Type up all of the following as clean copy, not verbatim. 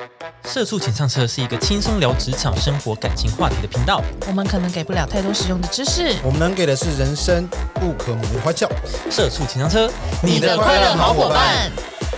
社畜请上车是一个轻松聊职场、生活、感情话题的频道。 我们可能给不了太多实用的知识， 我们能给的是人生不可磨灭的欢笑。 社畜请上车， 你的快乐好伙伴。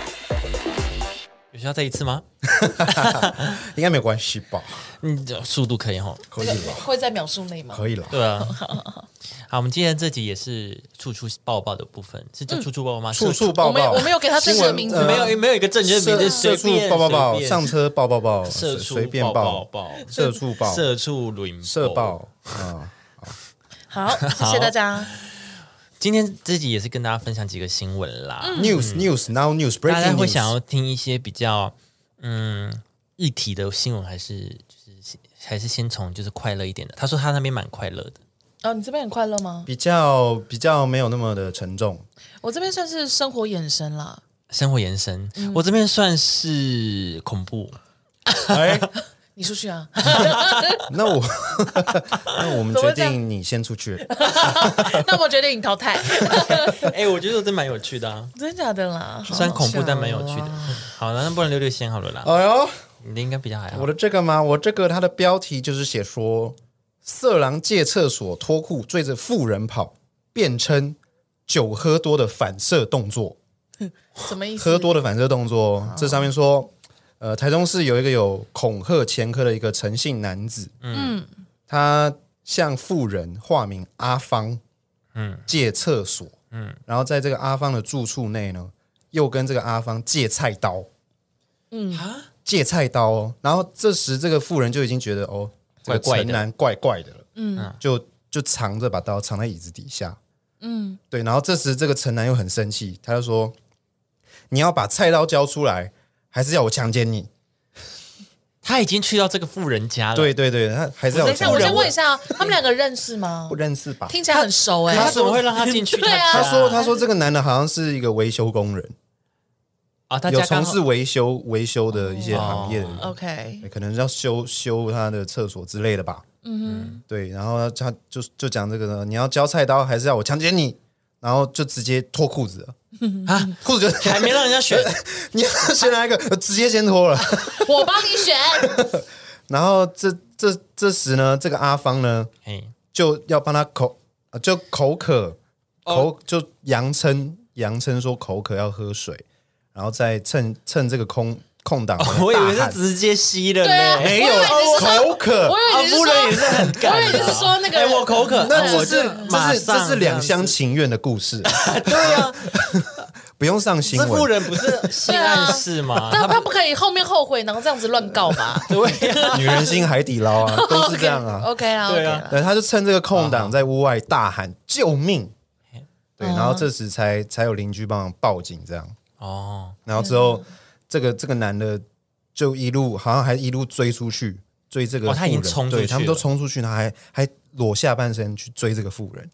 有需要再一次吗？ 应该没有关系吧？ 速度可以齁， 可以吧？ 会在秒数内吗？ 可以了。 对啊。好，我们今天这集也是处处报报的部分，是叫处处报报吗？ 处处报报， 我没有给他正式的名字， 没有一个正确的名字， 社畜报报报，上车报报报， 社畜随便报，社畜报， 社畜轮社报啊。 好，谢谢大家。 今天这集也是跟大家分享几个新闻啦 ，news now news breaking news。 大家会想要听一些比较议题的新闻，还是先从就是快乐一点的？他说他那边蛮快乐的。 哦，你这边很快乐吗？ 比较没有那么的沉重。 我这边算是生活延伸啦。 生活延伸，我这边算是恐怖。 哎， 你出去啊？ 那我们决定你先出去。 那我决定你淘汰。 哎，我觉得这蛮有趣的啊， 真的假的啦？ 虽然恐怖但蛮有趣的。好，那不然溜溜先好了啦。 哎呦， 你的应该比较还好。 我的这个吗？我这个它的标题就是写说，色狼借厕所脱裤追着妇人跑，辩称酒喝多的反射动作。 什么意思？ 喝多的反射动作，这上面说，台中市有一个有恐吓前科的一个陈姓男子，他向妇人化名阿芳，借厕所，然后在这个阿芳的住处内呢，又跟这个阿芳借菜刀，借菜刀哦，然后这时这个妇人就已经觉得哦，这个陈男怪怪的了，就藏着把刀藏在椅子底下，对，然后这时这个陈男又很生气，他就说，你要把菜刀交出来，还是要我强奸你？ 他已经去到这个妇人家了。 对，他还是要我强奸你。 我先问一下，他们两个认识吗？ 不认识吧？ 听起来很熟哎。 他怎么会让他进去？ 对啊， 他说这个男的好像是一个维修工人啊，他有从事维修的一些行业的人。 OK， 可能要修他的厕所之类的吧。对，然后他就讲这个呢，你要交菜刀还是要我强奸你？然后就直接脱裤子了啊！ 裤子就还没让人家选， 你要选哪一个？直接先脱了， 我帮你选。 然后这时呢，这个阿芳呢，就要帮他口渴，就扬称说口渴要喝水，然后再趁这个空档， 我以为是直接吸了呢， 没有口渴， 夫人也是很干， 我以为你是说那个， 我口渴， 那这是两厢情愿的故事， 对呀， 不用上新闻。 这夫人不是性暗示吗？ 但他不可以后面后悔，然后这样子乱告吧？ 对呀， 女人心海底捞啊，都是这样啊。 OK 啊， 对啊， 对，他就趁这个空档在屋外大喊救命，对，然后这时才有邻居帮忙报警这样。哦，然后之后。这个男的就好像还一路追出去，追这个妇人， 他已经冲出去了， 对，他们都冲出去，他还裸下半身去追这个妇人。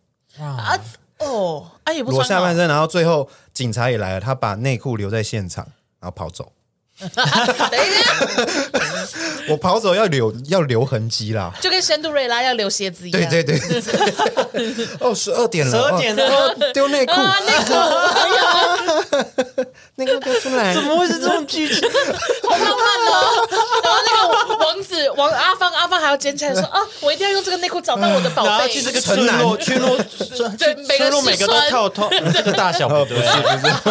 也不裸下半身，然后最后警察也来了，他把内裤留在现场，然后跑走。 等一下， 我跑走要留痕迹啦， 就跟仙杜瑞拉要留鞋子一样。 对。哦，12点了 ，12点了， 丢内裤，内裤丢出来， 怎么会是这种剧情？ 好浪漫哦！然后那个王阿芳还要捡起来说啊，我一定要用这个内裤找到我的宝贝。 然后去这个村落， 对， 每个都跳脱，这个大小不对， 不是。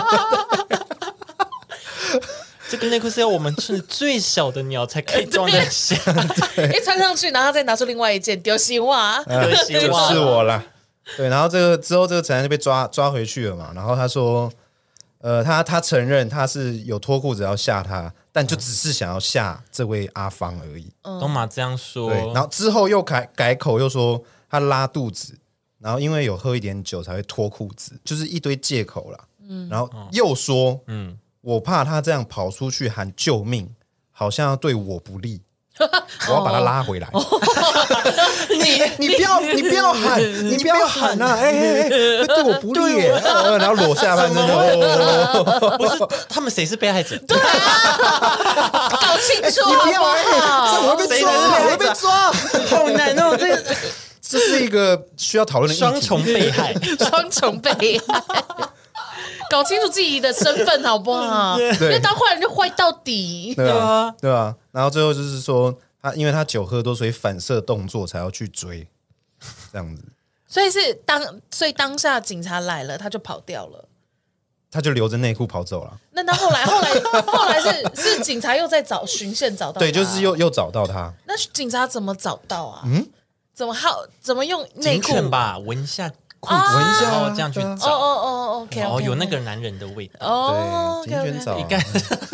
这个内裤是要我们村最小的鸟才可以装得下， 一穿上去，然后再拿出另外一件丢西袜， 就是我啦。对，然后之后这个陈男就被抓回去了嘛。然后他说，他承认他是有脱裤子要吓他，但就只是想要吓这位阿芳而已。 东马这样说， 对，然后之后又改口又说他拉肚子，然后因为有喝一点酒才会脱裤子，就是一堆借口啦。然后又说，我怕他这样跑出去喊救命，好像要对我不利，我要把他拉回来。你不要喊，你不要喊啊！对我不利耶！然后裸下半身， 不是他们谁是被害者？ 对啊，搞清楚你不要我会被抓， 好难哦！ 这是一个需要讨论的双重被害， 双重被害。 搞清楚自己的身份好不好？因为当坏人就坏到底。 对啊，对啊。然后最后就是说，因为他酒喝多，所以反射动作才要去追，这样子。 所以当下警察来了，他就跑掉了。 他就留着内裤跑走了。 那后来是警察又在循线找到他， 对，就是又找到他。 那警察怎么找到啊？怎么用内裤警犬吧，闻一下裤子， 闻一下然后这样去找。 OK， 有那个男人的味道。 哦， 对，警犬找。 你看，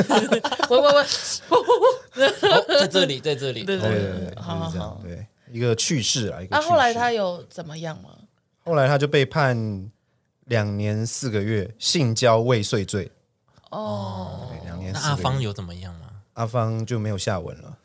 喂， 在这里， 对， 好，这样对，一个趣事啊，一个。 那后来他有怎么样吗？ 后来他就被判2年4个月性交未遂罪。 哦 ，2年4个月。 那阿芳有怎么样吗？ 阿芳就没有下文了。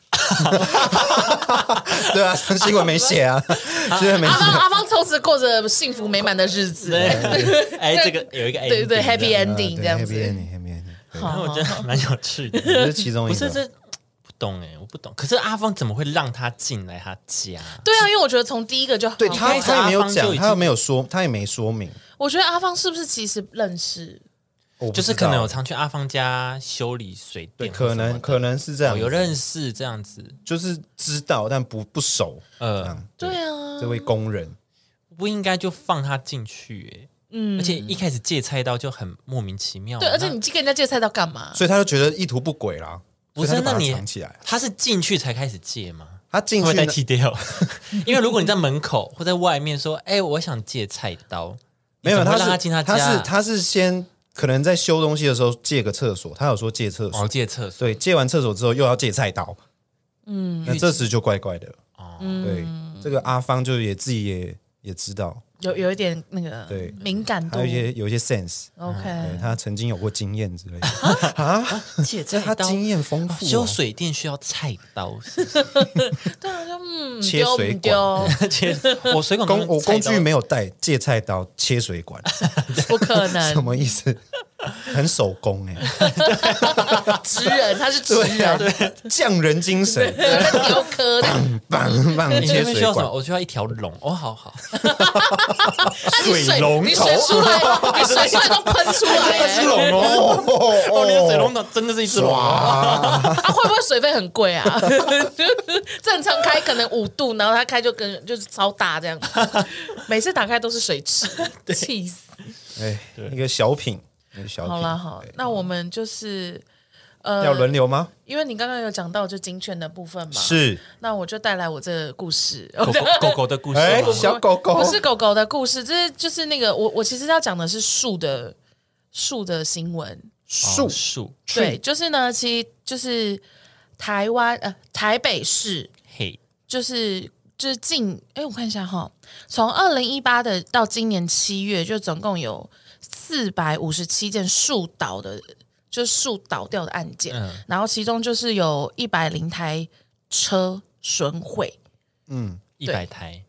对啊，新闻没写啊，新闻没写。 阿芳从此过着幸福美满的日子。 这个有一个 ending， 对 happy ending 这样子。 happy ending。 我觉得蛮有趣的， 这是其中一个。 不是不懂我不懂。可是阿芳怎么会让他进来他家？ 对啊，因为我觉得从第一个就对他也没有讲，他也没说明。 我觉得阿芳是不是其实认识？ 就是可能有常去阿芳家修理水电， 可能是这样， 有认识这样子， 就是知道但不熟。 对啊， 这位工人不应该就放他进去而且一开始借菜刀就很莫名其妙。 对，而且你跟人家借菜刀干嘛？ 所以他就觉得意图不轨啦。 不是，那你藏起来， 他是进去才开始借吗？ 他进去会代替掉，因为如果你在门口或在外面说，我想借菜刀， 没有， 让他进他家， 他是先。可能在修东西的时候借个厕所，他有说借厕所， 借厕所， 对，借完厕所之后又要借菜刀，那这时就怪怪的，对，这个阿芳就自己也知道， 有一点那个敏感度， 还有一些 sense， OK， 他曾经有过经验之类的借菜刀， 他经验丰富， 修水电需要菜刀， 对啊，就切水管， 我水管我工具没有带，借菜刀切水管， 不可能， 什么意思？很手工职人，他是职人， 对，匠人精神， 雕刻的， 棒，切水管， 我需要一条龙，好， 水龙头， 你水出来都喷出来， 是龙哦，你的水龙头真的是一只龙， 会不会水费很贵啊？正常开可能5度，然后他开就是超大这样，每次打开都是水池，气死！ 一个小品。 好啦，好，那我们就是要轮流吗？ 因为你刚刚有讲到就警犬的部分嘛， 是， 那我就带来我这个故事， 狗的故事， 小狗狗不是狗狗的故事，这就是那个我其实要讲的是树的新闻， 树， 对，就是呢，其实就是台北市，就是我看一下哈，从2018的到今年7月，就总共有457件树倒掉的案件，然后其中就是有100台车损毁 ，100台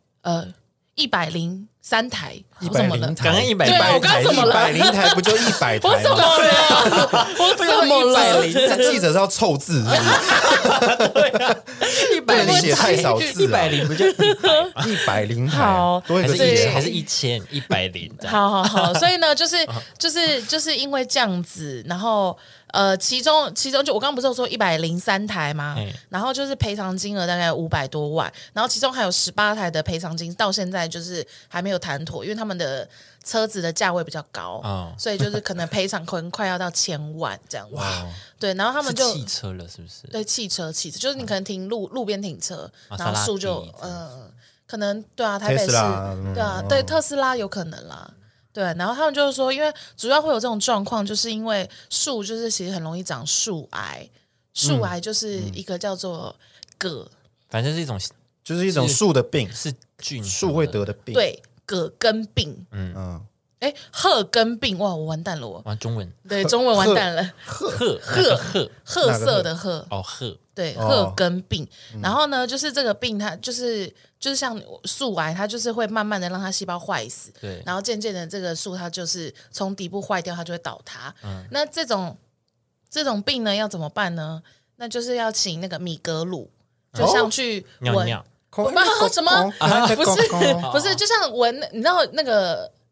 ，103台 ，103台， 刚刚100 台，我刚怎么了 ？100台不就100台吗？ 我怎么了？我怎么了？ 这记者是要凑字，对啊，100写太少字 ，100不就 100台，多一个还是1000，100。 好，所以呢，就是因为这样子，然后其中就我刚刚不是有说103台吗？然后就是赔偿金额大概500多万，然后其中还有18台的赔偿金到现在就是还没有谈妥，因为他们的车子的价位比较高，所以就是可能赔偿可能快要到1000万这样子。对，然后他们就汽车了，是不是？ 对，汽车就是你可能停路边停车，然后树就可能对啊，台北市对啊，对特斯拉有可能啦。对，然后他们就是说，因为主要会有这种状况，就是因为树就是其实很容易长树癌，树癌就是一个叫做反正是一种， 就是一种树的病， 是菌， 树会得的病， 对，葛根病，褐根病，哇，我完蛋了， 玩中文， 对，中文完蛋了，褐色的褐，对，褐根病。然后呢，就是这个病，它就是像树癌，它就是会慢慢的让它细胞坏死， 对， 然后渐渐的这个树它就是从底部坏掉，它就会倒塌。那这种病呢，要怎么办呢？那就是要请那个米格鲁，就像去闻尿， 什么？不是，就像闻，你知道那个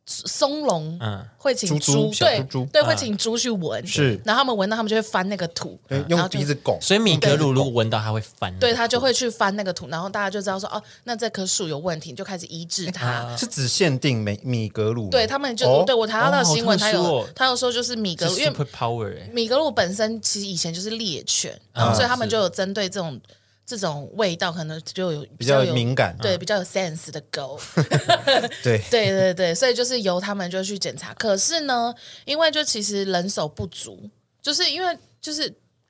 松茸，会请猪，对，会请猪去闻， 是， 然后他们闻到，他们就会翻那个土， 用鼻子拱， 所以米格鲁如果闻到，他会翻， 对，他就会去翻那个土，然后大家就知道说，哦，那这棵树有问题，就开始医治它。 是只限定米格鲁， 对他们就对我查到那个新闻，他有说就是米格鲁，因为 super power， 米格鲁本身其实以前就是猎犬，然后所以他们就有针对这种味道可能就有比较敏感， 对，比较有 sense 的狗， 对， 所以就是由他们就去检查。可是呢，因为就其实人手不足，就是因为就是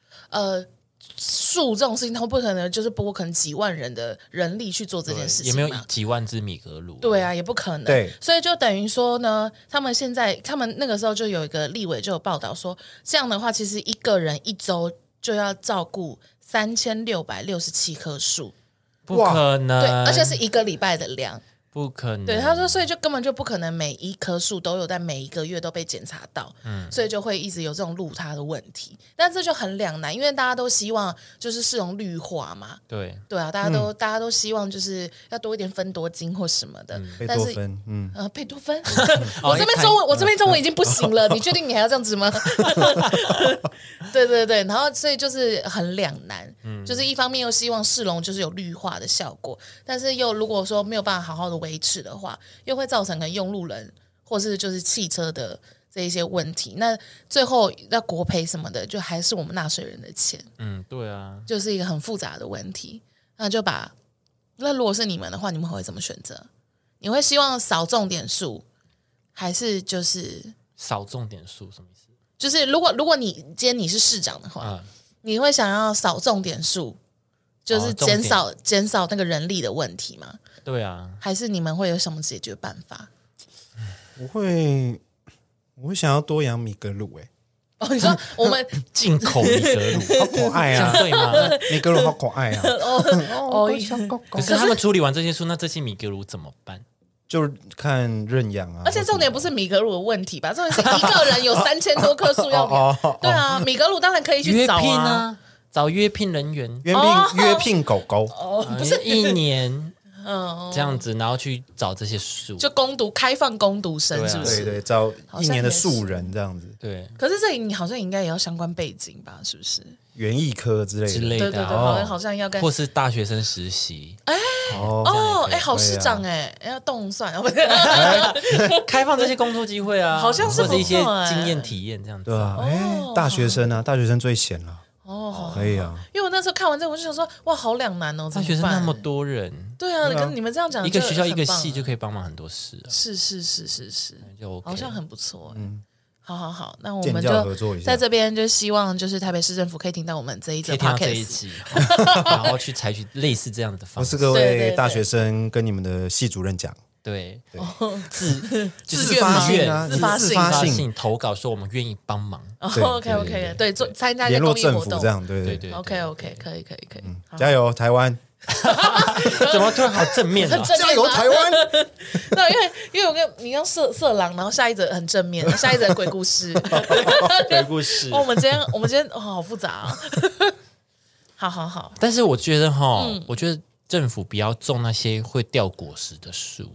树这种事情，他不可能就是拨可能几万人的人力去做这件事情， 也没有几万只米格鲁， 对啊，也不可能。 对， 所以就等于说呢，他们那个时候就有一个立委就有报道说，这样的话，其实一个人一周就要照顾3667棵树， 不可能， 对，而且是一个礼拜的量， 不可能。 对，他说，所以就根本就不可能每一棵树都有在每一个月都被检查到，所以就会一直有这种路塌的问题。但这就很两难，因为大家都希望就是市容绿化嘛，对啊，大家都希望就是要多一点分多精或什么的，但是贝多芬，我这边中文已经不行了，你确定你还要这样子吗？对，然后所以就是很两难，就是一方面又希望市容就是有绿化的效果，但是又如果说没有办法好好的维持的话，又会造成可能用路人或是就是汽车的这一些问题，那最后要国赔什么的，就还是我们纳税人的钱。 对啊， 就是一个很复杂的问题。那如果是你们的话，你们会怎么选择？你会希望少种点树，还是就是少种点树？什么意思？ 就是如果你今天你是市长的话，你会想要少种点树，就是减少那个人力的问题吗？ 对啊， 还是你们会有什么解决办法？ 我会想要多养米格鲁你说我们进口米格鲁好可爱啊， 对吗？ 米格鲁好可爱啊！ 可是他们处理完这些树，那这些米格鲁怎么办？ 就是看认养啊。 而且重点不是米格鲁的问题吧？重点是一个人有3000多棵树要养。对啊，米格鲁当然可以去找啊， 找约聘人员， 约聘狗狗， 不是 1年。这样子，然后去找这些树， 就开放工读生，是不是？ 对，找1年的素人这样子。 对， 可是这里你好像应该也要相关背景吧？是不是？ 园艺科之类的， 对，好像要跟或是大学生实习。 好市长要动算， 开放这些工作机会啊， 好像是或是一些经验体验这样子。 对啊，大学生最闲了。可以啊， 因为我那时候看完这个，我就想说，哇，好两难哦， 大学生那么多人， 对啊，跟你们这样讲， 一个学校一个系就可以帮忙很多事啊， 是， 就好像很不错。好，那我们就在这边就希望就是台北市政府可以听到我们这一集 podcast， 然后去采取类似这样的方式。 我是各位大学生跟你们的系主任讲。 对， 自发性投稿说我们愿意帮忙。 OK，对，参加一些公益活动这样，对。 OK，可以， 加油台湾！ 怎么突然好正面？ 加油台湾！ 对，因为我跟你像色狼，然后下一则很正面，下一则鬼故事， 鬼故事。 我们今天好复杂啊！好， 但是我觉得我觉得政府不要种那些会掉果实的树，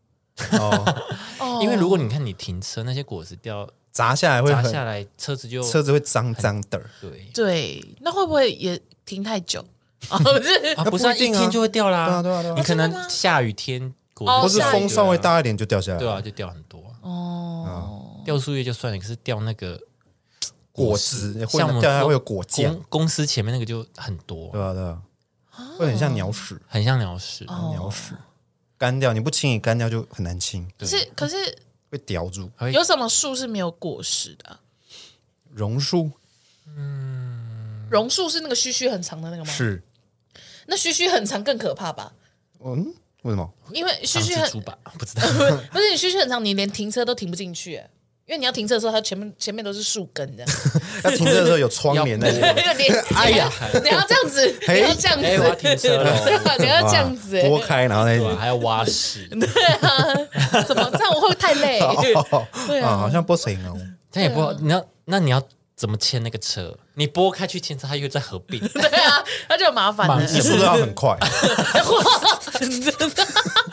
因为如果你看你停车那些果实掉砸下来， 车子会脏脏的。 对，那会不会也停太久？ 不是一天就会掉啦。 对， 你可能下雨天或是风稍微大一点就掉下来。 对啊，就掉很多。掉树叶就算了，可是掉那个果子，像我们掉下来会有果酱。 公司前面那个就很多。 对啊，会很像鸟屎， 鸟屎。 干掉，你不清理干掉就很难清。 可是会叼住。 有什么树是没有果实的？ 榕树。 榕树是那个须须很长的那个吗？ 是。 那须须很长更可怕吧？ 为什么？ 因为须须很吧，不知道。 不是你须须很长，你连停车都停不进去。因为你要停车的时候，它前面都是树根的。 要停车的时候有窗帘那些。 哎呀，你要这样子，你要这样子， 我要停车了， 你要这样子， 拨开，然后还要挖屎。 对啊，怎么这样我会太累？对啊， 好像不行哦。 他也不，你要怎么牵那个车？你拨开去牵车，它又在合并。 对啊，那就麻烦了。 你速度要很快。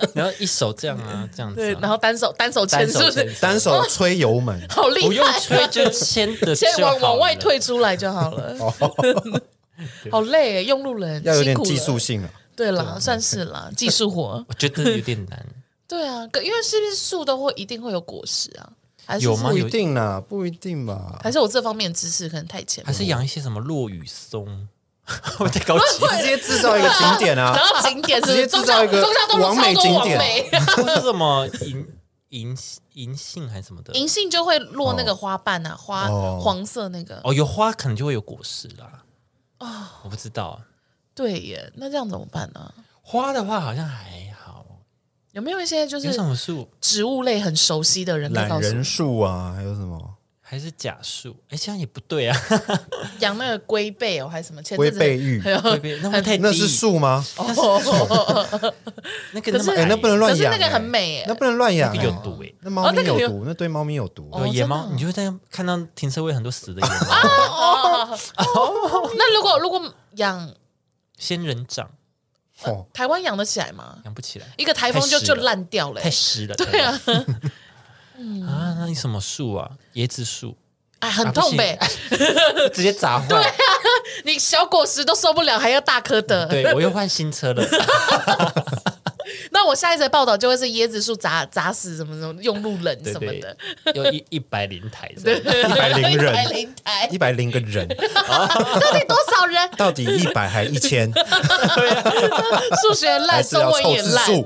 然后一手这样啊，这样子、 对， 啊， 然后单手牵，是不是？ 单手吹油门， 好厉害， 不用吹就牵的， 先往外退出来就好了。好累耶，用路人要有点辛苦了技术性啊。 对啦，算是啦，技术活。 我觉得有点难。 对啊，因为是不是树都会一定会有果实啊？还是有吗不一定啦，不一定吧。 还是我这方面知识可能太浅， 还是养一些什么落羽松，会太高级， 直接制造一个景点啊， 然后景点是不是直接制造一个中孝东路完美超多景点网美， 或是什么银杏还是什么的。 银杏就会落那个花瓣啊，花哦黄色那个。 哦，有花可能就会有果实啦。哦，我不知道啊。 对耶，那这样怎么办呢？ 花的话好像还好。 有没有一些就是有什么树？ 植物类很熟悉的人可以懒人告诉我？ 树啊，还有什么还是假树？哎，这样也不对啊。 养那个龟背哦，还是什么？前龟阵子背玉？ 会不会那会太低？ 那是树吗？ 那个那么矮那不能乱养。 可是那个很美耶那，不能乱养， 有毒哎。 那猫咪那个有有毒，那对猫咪有毒。 有野猫， 真的哦你就会在看到停车位很多死的野猫， 那如果养仙人掌哦， 台湾养得起来吗？ 养不起来， 一个台风就烂掉了耶。 太湿了。 对啊， 啊，那你什么树啊？椰子树， 哎，很痛呗。 直接砸坏。 你小果实都受不了，还要大颗的。 对我又换新车了。 那我下一则报道就会是椰子树砸死什么什么用路人什么的， 有100台这样， 100人 100台， 100个人， 到底多少人？ 到底100还1000， 数学还烂，中是要凑文也烂。 字数？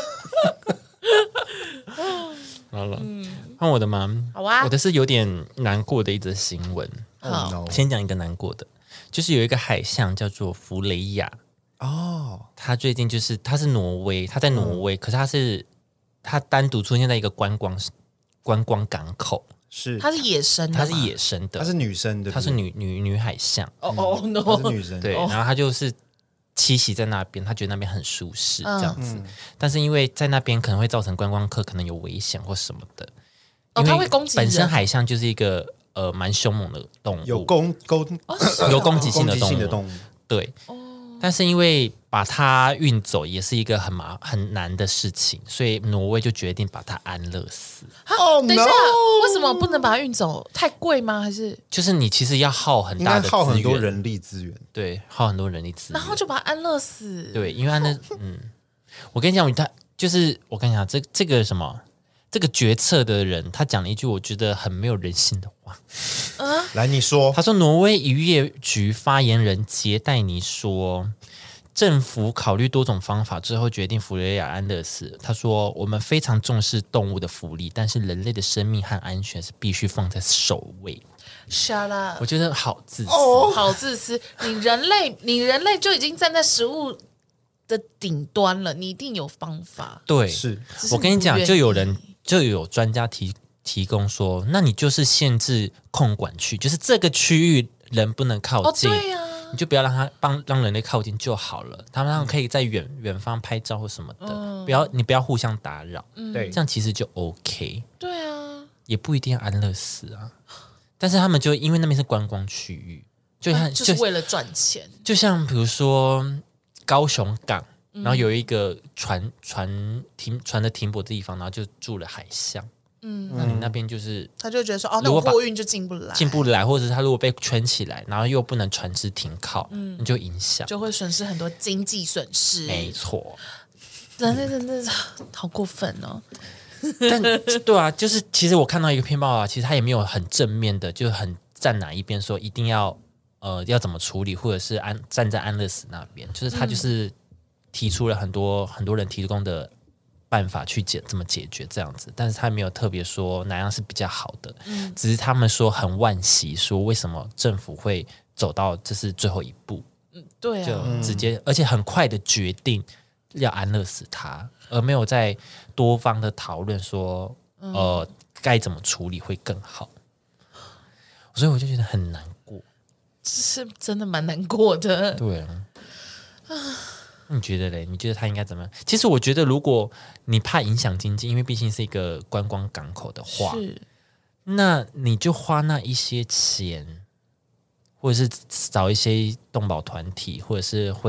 好了，换我的吗？ 好啊我的是有点难过的一则新闻。 好 Oh no 先讲一个难过的，就是有一个海象叫做弗雷亚， 哦， 它最近就是它是挪威，它在挪威，可是它单独出现在一个观光港口， 是它是野生的吗， 它是野生的， 她是女生的， 它是女海象， 哦哦她 no， 是女生， 对，然后它就是栖息在那边，他觉得那边很舒适这样子，但是因为在那边可能会造成观光客可能有危险或什么的， 哦， 因为它会攻击人本身海象就是一个蛮凶猛的动物， 有有攻击性的攻击性的动物， 动物， 对。但是因为把它运走也是一个很难的事情，所以挪威就决定把它安乐死。 哦等一下 no， 为什么不能把它运走？太贵吗？还是就是你其实要耗很应大的该耗很多资源， 人力资源， 对，耗很多人力资源， 然后就把它安乐死？ 对，因为安乐，我跟你讲，我跟你讲，这个什么，这个决策的人，他讲了一句我觉得很没有人性的话。 来你说他说，挪威渔业局发言人杰戴尼说，政府考虑多种方法，最后决定弗雷亚安乐死。他说，我们非常重视动物的福利，但是人类的生命和安全是必须放在首位。 ，shut up， 我觉得好自私。 好自私！你人类就已经站在食物的顶端了，你一定有方法。 对， 是只是我跟你讲， 你不愿意就有专家提供说，那你就是限制控管区，就是这个区域人不能靠哦， 近， 对呀， 你就不要让人类靠近就好了。他们可以在远方拍照或什么的，你不要互相打扰， 对这样其实就 OK， 对啊， 也不一定要安乐死啊。但是他们就因为那边是观光区域， 就是为了赚钱。 就像比如说高雄港，然后有一个船的停泊的地方，然后就住了海象。那你那边就是他就觉得说，哦，那如果把我货运就进不来， 进不来，或者是它如果被圈起来，然后又不能船只停靠，你就影响。 就会损失很多经济损失。 没错， 人类真的是好过分哦。 但对啊，就是其实我看到一个篇报啊，其实他也没有很正面的，就很站哪一边说一定要怎么处理，或者是站在安乐死那边，就是他就是提出了很多人提供的办法去怎么解决这样子，但是他没有特别说哪样是比较好的，只是他们说很惋惜，说为什么政府会走到这是最后一步，就对啊， 直接而且很快的决定要安乐死他，而没有在多方的讨论说该怎么处理会更好，所以我就觉得很难过。 是真的蛮难过的。 对啊，你觉得嘞？你觉得他应该怎么样？其实我觉得，如果你怕影响经济，因为毕竟是一个观光港口的话， 是， 那你就花那一些钱，或者是找一些动保团体，或者是会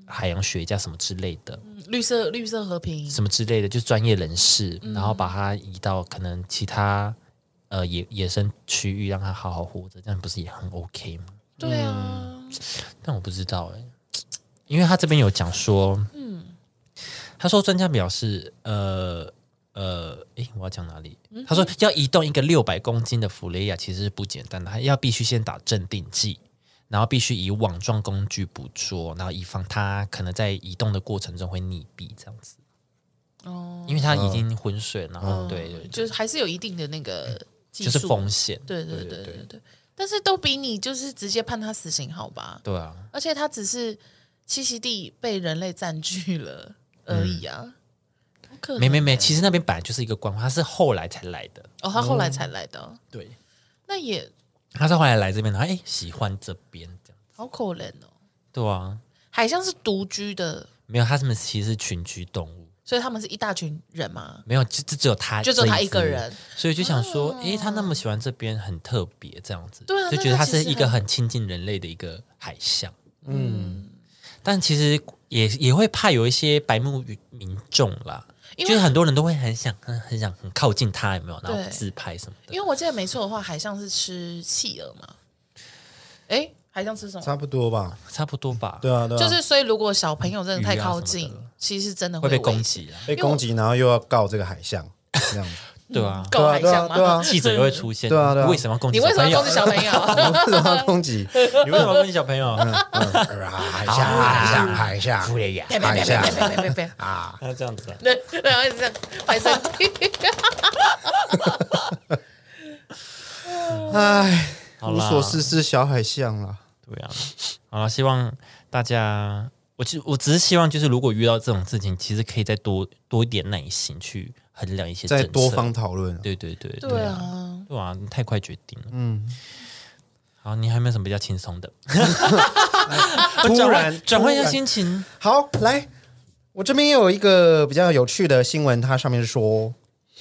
海洋学家什么之类的， 绿色和平什么之类的，就是专业人士，然后把它移到可能其他野生区域，让它好好活着，这样不是也很 OK 吗？ 对啊， 但我不知道因为他这边有讲说，他说专家表示，我要讲哪里？他说要移动一个600公斤的弗雷亚其实是不简单的，他要必须先打镇定剂。然后必须以网状工具捕捉，然后以防它可能在移动的过程中会溺毙这样子。因为它已经昏睡，然后对， 就是还是有一定的那个技术， 就是风险。 对。但是都比你就是直接判他死刑好吧？ 对啊， 而且他只是栖息地被人类占据了而已啊。 没，其实那边本来就是一个官话，他是后来才来的。 他后来才来的。 对， 那也。 他是后来来这边的，喜欢这边这样子， 好可怜哦。 对啊， 海象是独居的， 没有，他们其实是群居动物， 所以他们是一大群人吗？ 没有，就只有他， 就只有他一个人， 所以就想说，他那么喜欢这边，很特别这样子， 对啊， 就觉得他是一个很亲近人类的一个海象，但其实也会怕有一些白目民众啦。就是很多人都会很想很靠近他，有没有？然后自拍什么的。 因为我记得没错的话，海象是吃企鹅嘛？海象吃什么？ 差不多吧。 对啊。 就是所以，如果小朋友真的太靠近，其实真的会被攻击被攻击，然后又要告这个海象，这样子。 对啊， 告海象吗？ 对啊， 记者也会出现。 对啊， 为什么要攻击？ 你为什么要攻击小朋友？ 你为什么要攻击？ 你为什么要攻击小朋友？ 海象， 弗雷亚， 海象啊，他这样子。 对，然后这样拍身体。 唉，无所事事小海象啦。 对啊，好了，希望大家，我只是希望，就是如果遇到这种事情，其实可以再多一点耐心去衡量一些政策， 再多方讨论。 对啊，太快决定了。好，你还有没有什么比较轻松的？ 突然转换一下心情。 好，来，我这边有一个比较有趣的新闻，它上面说，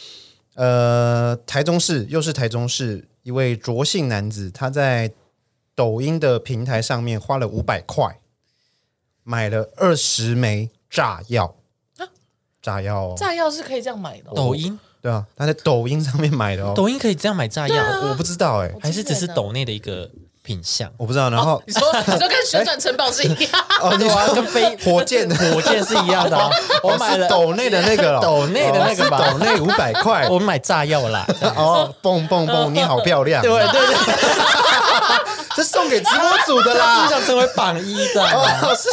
台中市一位卓姓男子，他在抖音的平台上面花了500块，买了20枚炸药。炸药是可以这样买的。 抖音对啊，他在抖音上面买的哦。 抖音可以这样买炸药？ 我不知道还是只是抖内的一个品相？ 我不知道。然后你说跟旋转城堡是一样？ 你说跟飞火箭是一样的。我买了抖内的那个， 抖内的那个吧， 抖内500块， 我买炸药啦。 蹦蹦蹦，你好漂亮。 对。 这送给直播主的啦， 是想成为榜一的。 是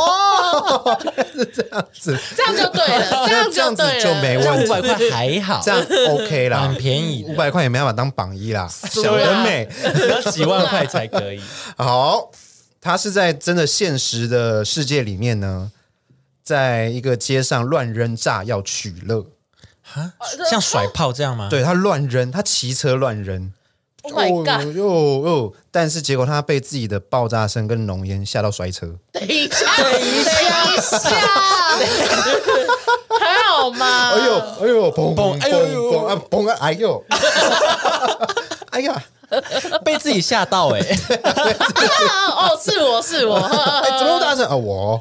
这样子， 这样就对了，这样子就没问题。 500块还好， 这样 OK 啦， 很便宜。 500块也没办法当榜一啦，小人美， 要几万块才可以。 好，他是在真的现实的世界里面呢，在一个街上乱扔炸药取乐， 像甩炮这样吗？ 对，他乱扔，他骑车乱扔。 Oh my god！ 但是结果他被自己的爆炸声跟浓烟吓到摔车。 等一下，还好吗？ 哎呦，砰砰砰啊砰啊！哎呦，哎呀， 被自己吓到是我，怎么那么大声啊？我。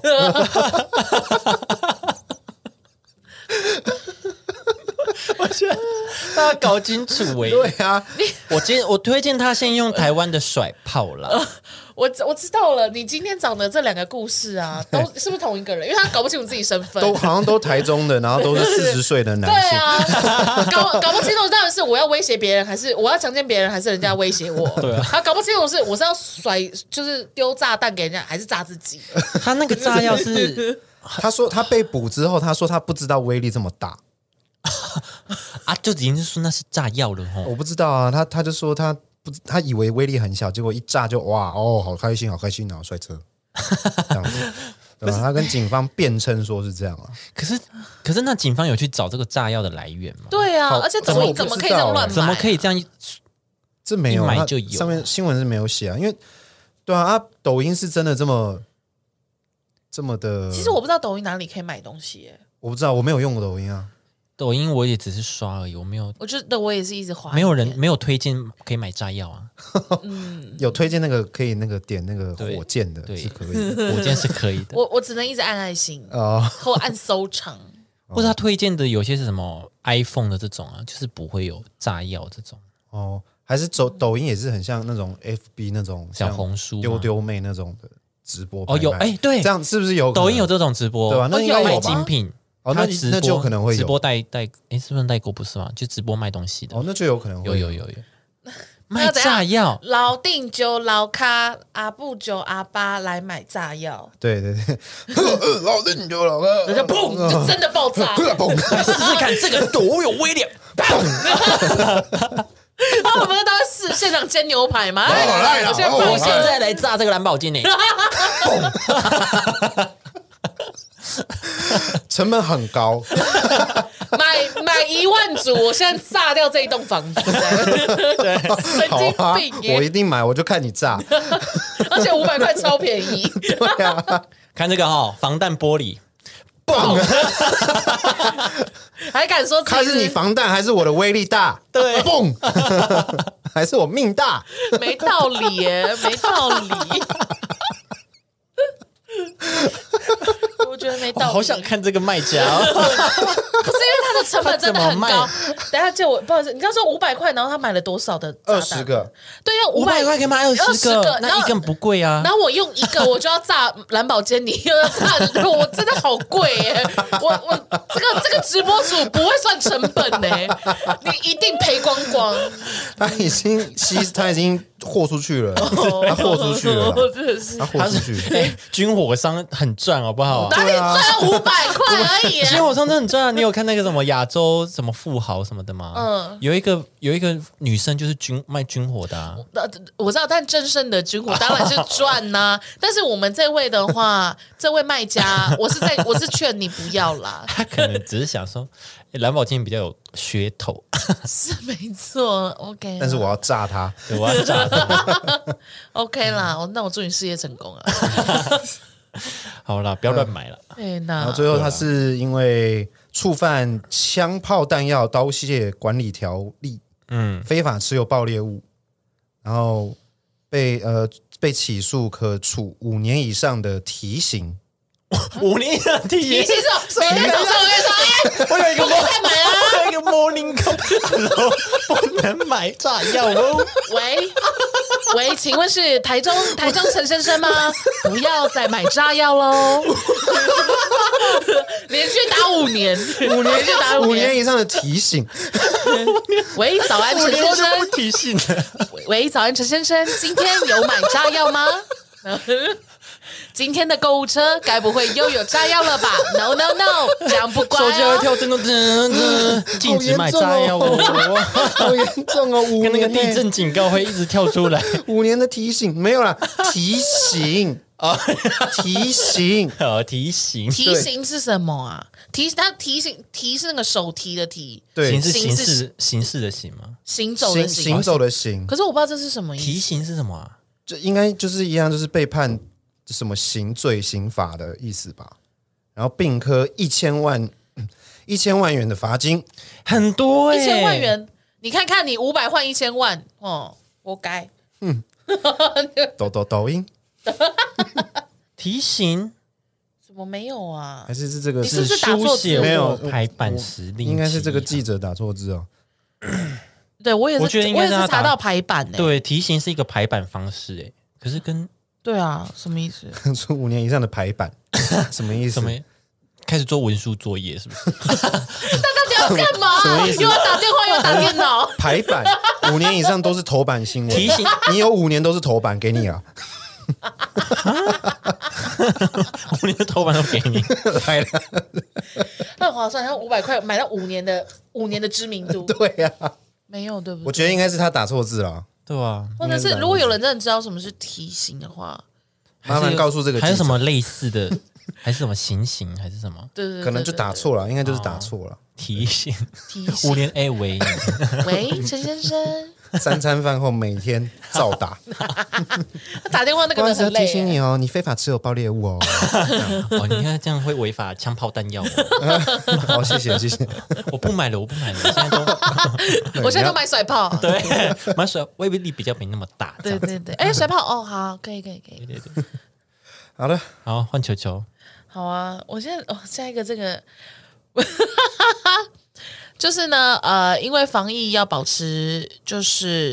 我觉得大家搞清楚对啊， 我推荐他先用台湾的甩炮啦。 我知道了，你今天讲的这2个故事啊，都是不是同一个人？因为他搞不清楚自己身份， 都好像都台中的，然后都是40岁的男性。 对啊，搞不清楚到底是我要威胁别人，还是我要强奸别人，还是人家威胁我？ 对啊， 他搞不清楚我是要甩，就是丢炸弹给人家，还是炸自己？ 他那个炸药是， 他说他被捕之后，他说他不知道威力这么大。 就已经是说那是炸药了我不知道啊，他就说他以为威力很小，结果一炸就哇好开心，然后摔车，这样子，对吧？他跟警方辩称说是这样啊。 可是那警方有去找这个炸药的来源吗？ 对啊，而且怎么可以这样乱买？ 怎么可以这样？ 这没有买就有， 上面新闻是没有写啊，因为对啊，抖音是真的这么的。 其实我不知道抖音哪里可以买东西耶。 我不知道，我没有用过抖音啊。 抖音我也只是刷而已，我没有。 我觉得我也是一直滑， 没有推荐可以买炸药啊。 有推荐那个可以那个点那个火箭的，是可以的， 火箭是可以的。 我只能一直按爱心或按收藏。 或者他推荐的有些是什么 iPhone 的这种啊，就是不会有炸药这种。 哦，还是抖音也是很像那种 FB 那种小红书丢妹那种的直播哦，有对， 这样是不是有抖音有这种直播对吧？那应该卖精品哦，那就可能会有直播带是不是代购不是吗？就直播卖东西的哦，那就有可能会有卖炸药， 老定酒老咖阿布酒阿巴来买炸药， 对，老定酒老咖， 人家砰就真的爆炸， 来试试看这个多有威力， 他们不是都会试现场煎牛排吗？ 我现在来炸这个蓝宝坚尼， 成本很高， 买1万组，我现在炸掉这一栋房子，神经病耶！ 我一定买，我就看你炸， 而且500块超便宜。 对啊， 看这个防弹玻璃， 蹦， 还敢说看是你防弹还是我的威力大？ 对， 蹦，还是我命大？ 没道理耶，没道理。我觉得没道理， 好想看这个卖家哦。 可是因为它的成本真的很高。等一下借我，不好意思，你刚说500块，然后他买了多少的 ？20个。 对，用 500块可以买20个，那一个不贵啊。 然后我用一个，我就要炸蓝宝坚尼，又要炸，我真的好贵耶！我这个直播主不会算成本呢，你一定赔光光。 他已经豁出去了，他豁出去了， 真的是他豁出去。 军火商很赚好不好？ 哪里赚500块而已？ 军火商真的很赚啊！你有看那个什么亚洲什么富豪什么的吗？有一个女生就是卖军火的啊。 我知道，但真正的军火当然是赚呐。但是我们这位的话，这位卖家，我是劝你不要啦。 他可能只是想说，蓝宝坚尼比较有噱头， 是没错。OK， 但是我要炸他， 我要炸他。 OK 啦，那我祝你事业成功啊！ 好啦，不要乱买了。 然后最后他是因为触犯枪炮弹药刀械管理条例，非法持有爆裂物，然后被起诉，可处5年以上的提刑。 5年以上的提刑是什么？每天早上我跟你说， 我有一个太买了， 我有一个 morning call， 不能买炸药哦。 喂，请问是台中陈先生吗？不要再买炸药喽！连续打5年连续打 5年以上的提醒。 喂，早安陈先生， 不提醒了。 喂，早安陈先生，今天有买炸药吗？今天的购物车该不会又有炸药了吧 ？No， 这样不乖哦。 手机会跳震动，禁止买炸药哦， 好严重哦！ 跟那个地震警告会一直跳出来。 5年的提醒没有啦，提醒啊，提醒提醒， 提醒是什么啊？提是那个手提的提， 对， 形式的形吗？ 行走的行， 行走的行。 可是我不知道这是什么意思。 提醒是什么啊？ 就应该就是一样，就是被判什么刑罪刑法的意思吧。然后并科1000万元的罚金， 很多 1000万元，你看看你500换1000万哦，活该。 抖音提醒怎么没有啊？ 还是这个你是不是打错字？ 没有排版时令， 应该是这个记者打错字哦。 对我也是， 我觉得应该是查到排版欸。 对，提醒是一个排版方式可是跟对啊，什么意思？ 说5年以上的排版什么意思？ 什么？开始做文书作业是不是？ 那到底要干嘛？又要打电话又要打电脑？ 排版5年以上都是头版新闻。 提醒你有5年都是头版，给你啊。 5年的头版都给你来了， 很划算，他500块买到5年的知名度。 对呀， 没有对不对？ 我觉得应该是他打错字了， 对吧？ 或者是如果有人真的知道什么是提醒的话， 麻烦告诉这个。 还有什么类似的？还是什么行刑？还是什么？ 对， 可能就打错了，应该就是打错了。 提醒提醒 5连 A 喂， 喂，陈先生， 3餐饭后每天照打。 他打电话那个人很累提醒你哦，你非法持有爆裂物哦。 哦，你看这样会违法枪炮弹药好，谢谢。 我不买了，现在都我现在都买甩炮。 对买水威力比较没那么大。 对对对，哎，甩炮哦，好，可以。 对， 好了， 好换球球。 好啊，我现在下一个这个，就是呢，因为防疫要保持，就是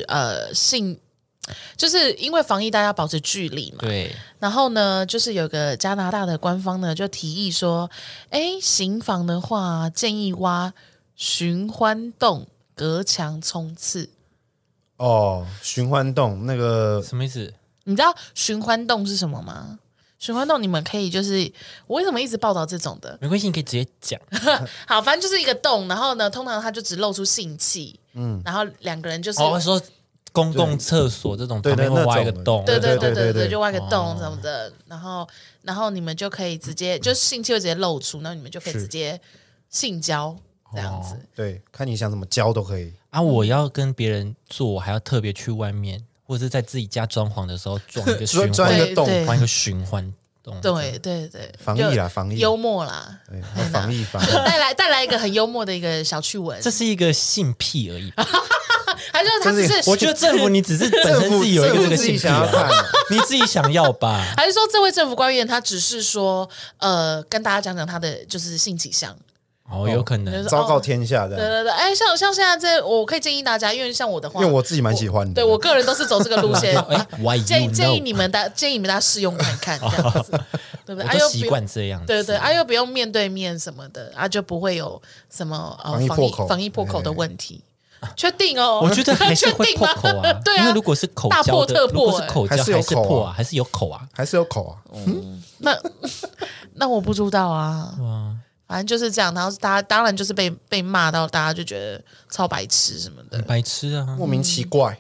就是因为防疫大家要保持距离嘛。 对。 然后呢，就是有个加拿大的官方呢就提议说，行房的话建议挖循环洞隔墙冲刺。 哦，循环洞那个什么意思？ 你知道循环洞是什么吗？循环洞你们可以就是我为什么一直报道这种的？ 没关系，你可以直接讲。 好，反正就是一个洞，然后呢，通常它就只露出性器，然后两个人就是说公共厕所这种旁边会挖一个洞， 对，就挖个洞什么的，然后你们就可以直接就性器会直接露出，然后你们就可以直接性交这样子。 对，看你想怎么教都可以啊。我要跟别人做，我还要特别去外面。或者是在自己家装潢的时候装一个循环一个洞， 装一个循环洞。 对， 防疫啦，防疫幽默啦， 防疫。 带来一个很幽默的一个小趣闻。 这是一个性癖而已。 还是他只是？ 我觉得政府你只是本身自己有一个这个性癖你自己想要吧？ 还是说这位政府官员他只是说跟大家讲讲他的就是性倾向？ 哦，有可能昭告天下的。 对，像现在这，我可以建议大家，因为像我的话， 因为我自己蛮喜欢的， 对我个人都是走这个路线。建议你们大家试用看看，这样子，对不对？ 我都习惯这样子， 对，又不用面对面什么的，就不会有什么防疫破口的问题。确定哦？ 我觉得还是会破口啊， 对啊， 因为如果是口交的，如果是口交还是破啊，还是有口啊， 还是有口啊。 那我不知道啊。反正就是这样，然后大家当然就是被骂到，大家就觉得超白痴什么的， 白痴啊， 莫名奇怪。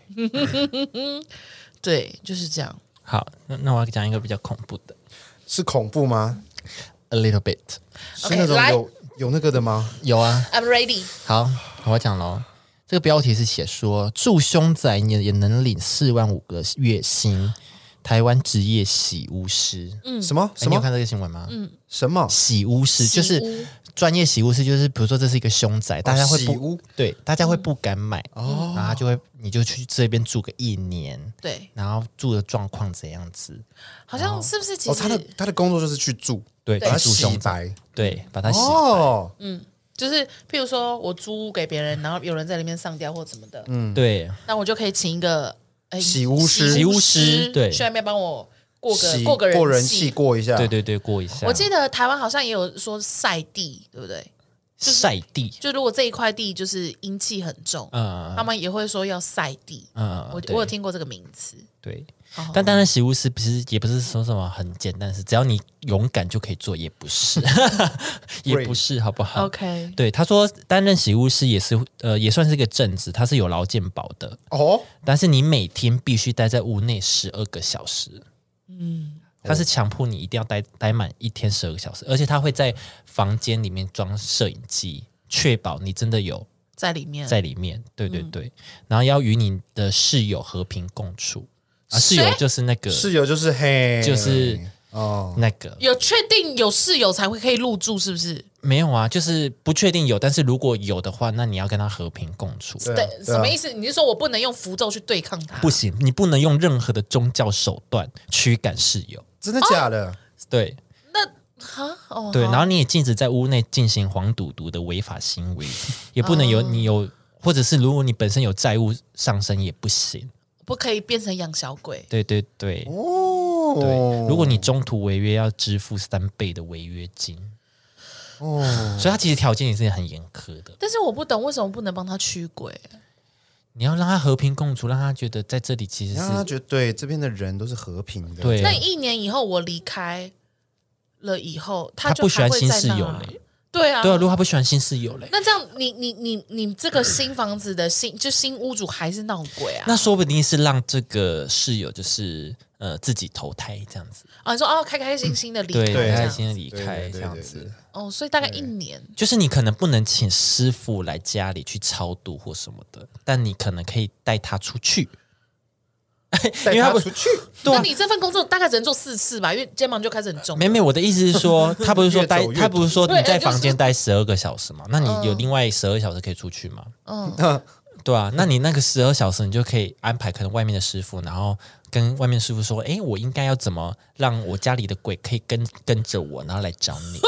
对，就是这样。 好，那我要讲一个比较恐怖的， 是恐怖吗 ？A little bit， 是那种有那个的吗？ 有啊 ，I'm ready。 好，我要讲咯。这个标题是写说，住凶宅也能领4.5万个月薪。台湾职业洗屋师， 什么？ 你有看这个新闻吗？ 什么洗屋师？就是专业洗屋师，就是比如说这是一个凶宅，大家会大家会不敢买，然后你就去这边住个1年， 对， 然后住的状况怎样子？ 好像是不是？其实他的工作就是去住， 对， 把它洗白， 对，把它洗白， 就是譬如说我租给别人，然后有人在里面上吊或什么的， 对， 那我就可以请一个。 洗屋师对， 去那边帮我过人气过一下， 对，过一下。 我记得台湾好像也有说晒地，对不对？ 晒地， 就如果这一块地就是阴气很重，他们也会说要晒地。我有听过这个名词。 对，但当然洗屋师也不是说什么很简单的事，只要你勇敢就可以做，也不是，也不是，好不好 ？OK， 对，他说担任洗屋师也是也算是一个正职，他是有劳健保的哦，但是你每天必须待在屋内12个小时，他是强迫你一定要待满1天12个小时，而且他会在房间里面装摄影机，确保你真的有在里面， 对，然后要与你的室友和平共处。室友就是那个室友就是黑， 就是那个有确定有室友才会可以入住，是不是？ 没有啊，就是不确定有，但是如果有的话，那你要跟他和平共处。 对，什么意思？你是说我不能用符咒去对抗他？ 不行，你不能用任何的宗教手段驱赶室友。 真的假的？ 对。对，然后你也禁止在屋内进行黄赌毒的违法行为，也不能有，或者是如果你本身有债务上升也不行。 不可以变成养小鬼。 对哦，对，如果你中途违约，要支付3倍的违约金。所以他其实条件也是很严苛的。 但是我不懂为什么不能帮他驱鬼？ 你要让他和平共处，让他觉得在这里其实是让他觉得对这边的人都是和平的。 对， 那1年以后我离开了以后， 他不喜欢新室友嘞。 对啊， 如果他不喜欢新室友嘞， 那这样你这个新房子的新屋主还是闹鬼啊？ 那说不定是让这个室友就是自己投胎这样子。 你说开开心心的离开， 对，开开心心的离开这样子。 所以大概1年， 就是你可能不能请师傅来家里去超度或什么的，但你可能可以带他出去。 带他出去， 那你这份工作大概只能做4次吧，因为肩膀就开始很重。 没，我的意思是说，他不是说你在房间待12个小时嘛？那你有另外12小时可以出去吗？对啊，那你那个12小时，你就可以安排可能外面的师傅，然后跟外面师傅说，我应该要怎么让我家里的鬼可以跟着我，然后来找你。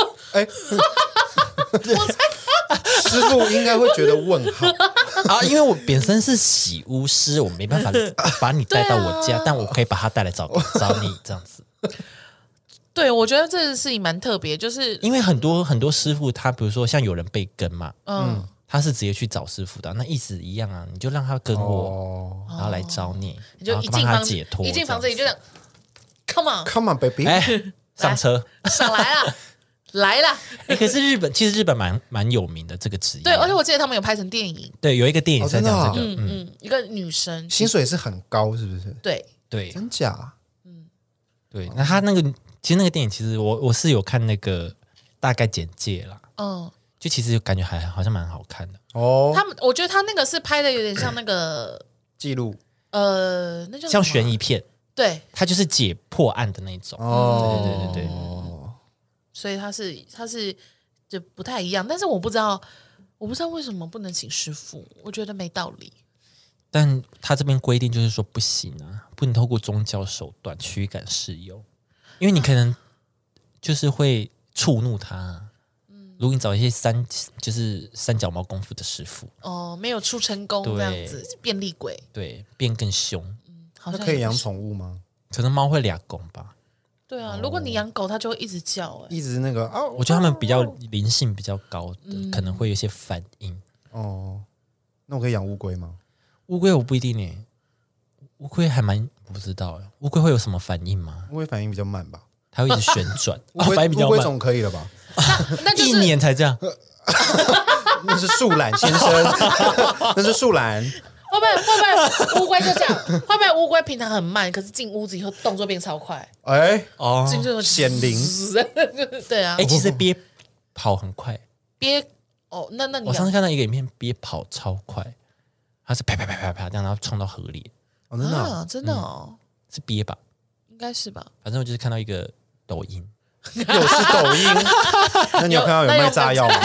师傅应该会觉得问号啊，因为我本身是洗巫师，我没办法把你带到我家，但我可以把他带来找你这样子。 对，我觉得这个事情蛮特别，就是因为很多师傅，他比如说像有人被跟嘛，他是直接去找师傅的，那意思一样啊，你就让他跟我，然后来找你， 你就帮他解脱， 一进房子你就讲 ，Come on baby， 上车， 上来啦。来啦！ 可是其实日本蛮有名的这个职业， 对，而且我记得他们有拍成电影， 对，有一个电影在讲这个， 一个女生， 薪水是很高，是不是？ 对， 真假？ 对，那他其实那个电影，其实我是有看那个大概简介啦，就其实感觉好像蛮好看的哦。 我觉得他那个是拍的有点像那个记录， 那叫像悬疑片， 对， 他就是解破案的那种，对。 所以他是就不太一样，但是我不知道为什么不能请师傅，我觉得没道理。 但他这边规定就是说不行啊，不能透过宗教手段驱赶室友，因为你可能就是会触怒他。如果你找一些就是三脚猫功夫的师傅， 没有出成功这样子，变厉鬼， 对，变更凶。 好像那可以养宠物吗？ 可能猫会俩拱吧。 对啊，如果你养狗，它就会一直叫， 一直那个我觉得他们比较灵性比较高的，可能会有一些反应。 那我可以养乌龟吗？ 乌龟我不一定耶，乌龟我不知道，乌龟会有什么反应吗？ 乌龟反应比较慢吧， 它会一直旋转， 反应比较慢。 乌龟总可以了吧？ 那就是 1年才这样， 那是树懒先生，那是树懒。 会不会乌龟就这样？会不会乌龟平常很慢，可是进屋子以后动作变超快？ 进这种显灵。 对啊， 其实憋跑很快， 那你我上次看到一个影片，憋跑超快，它是啪啪这样，然后冲到河里。 真的是憋吧？ 应该是吧。 反正我就是看到一个抖音， 又是抖音。那你有看到有卖炸药吗？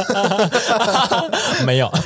没有。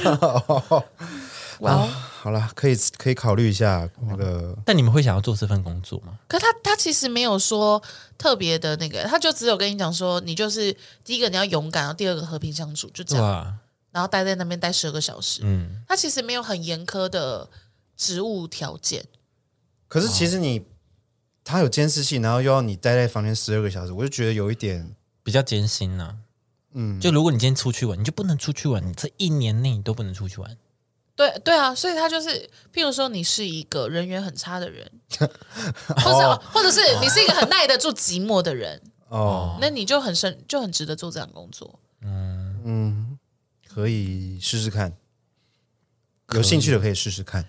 好了，可以考虑一下那个。 但你们会想要做这份工作吗？ 可他其实没有说特别的那个，他就只有跟你讲说，你就是第一个你要勇敢，然后第二个和平相处，就这样。然后待在那边待12个小时。他其实没有很严苛的职务条件。 可是其实他有监视器，然后又要你待在房间12个小时，我就觉得有一点比较艰辛啊。就如果你今天出去玩，你就不能出去玩，你这1年内你都不能出去玩。 对啊，所以他就是，譬如说你是一个人缘很差的人，或者是你是一个很耐得住寂寞的人，那你就很值得做这样工作。 可以试试看，有兴趣的可以试试看。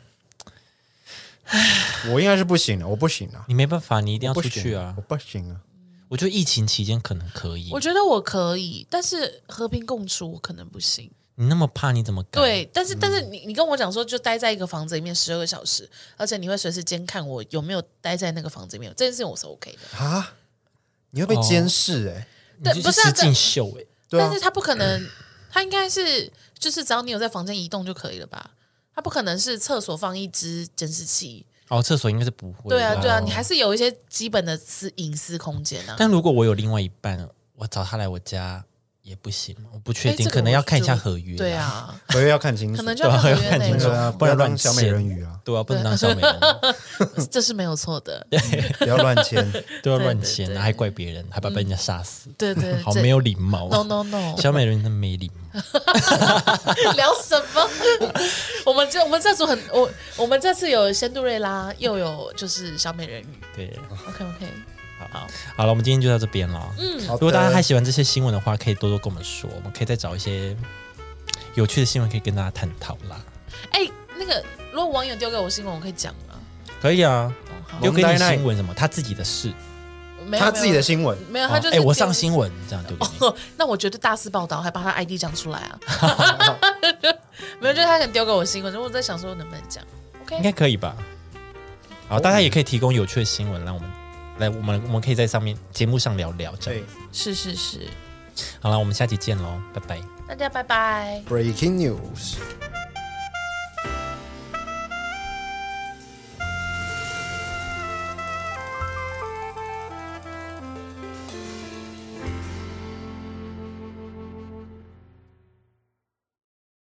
我应该是不行了，我不行了。 你没办法，你一定要出去啊！ 我不行啊。 我觉得疫情期间可能可以， 我觉得我可以，但是和平共处我可能不行。 你那么怕，你怎么敢？ 对，但是你跟我讲说，就待在一个房子里面12个小时，而且你会随时监看我有没有待在那个房子里面，这件事情我是 OK 的啊。你会被监视对，不是实境秀但是他不可能，他应该是就是只要你有在房间移动就可以了吧？他不可能是厕所放一只监视器。 厕所应该是不会。 对啊，你还是有一些基本的隐私空间啊。 但如果我有另外一半，我找他来我家。也不行，我不确定，可能要看一下合约。 对啊， 合约要看清楚， 可能就要合约看清楚， 不然当小美人鱼啊。 对啊，不能当小美人鱼， 这是没有错的。 不要乱签， 都要乱签，还怪别人，还把人家杀死。 对， 好没有礼貌。 No， 小美人鱼真没礼貌。 聊什么？我们这组我们这次有仙杜瑞拉，又有就是小美人鱼。 对 ，OK。 好了，我们今天就到这边了。如果大家还喜欢这些新闻的话，可以多多跟我们说，我们可以再找一些有趣的新闻可以跟大家探讨啦。 那个如果网友丢给我新闻，我可以讲吗？ 可以啊。 丢给你新闻什么？他自己的事， 他自己的新闻没有，他就是我上新闻这样丢给你。 那我觉得大肆报道，还把他 ID 讲出来啊。没有，就是他想丢给我新闻，我在想说能不能讲 ，OK， 应该可以吧？好，大家也可以提供有趣的新闻，让我们来，我们可以在上面节目上聊聊这样。 是。 好了，我们下期见喽，拜拜， 大家拜拜。 Breaking news。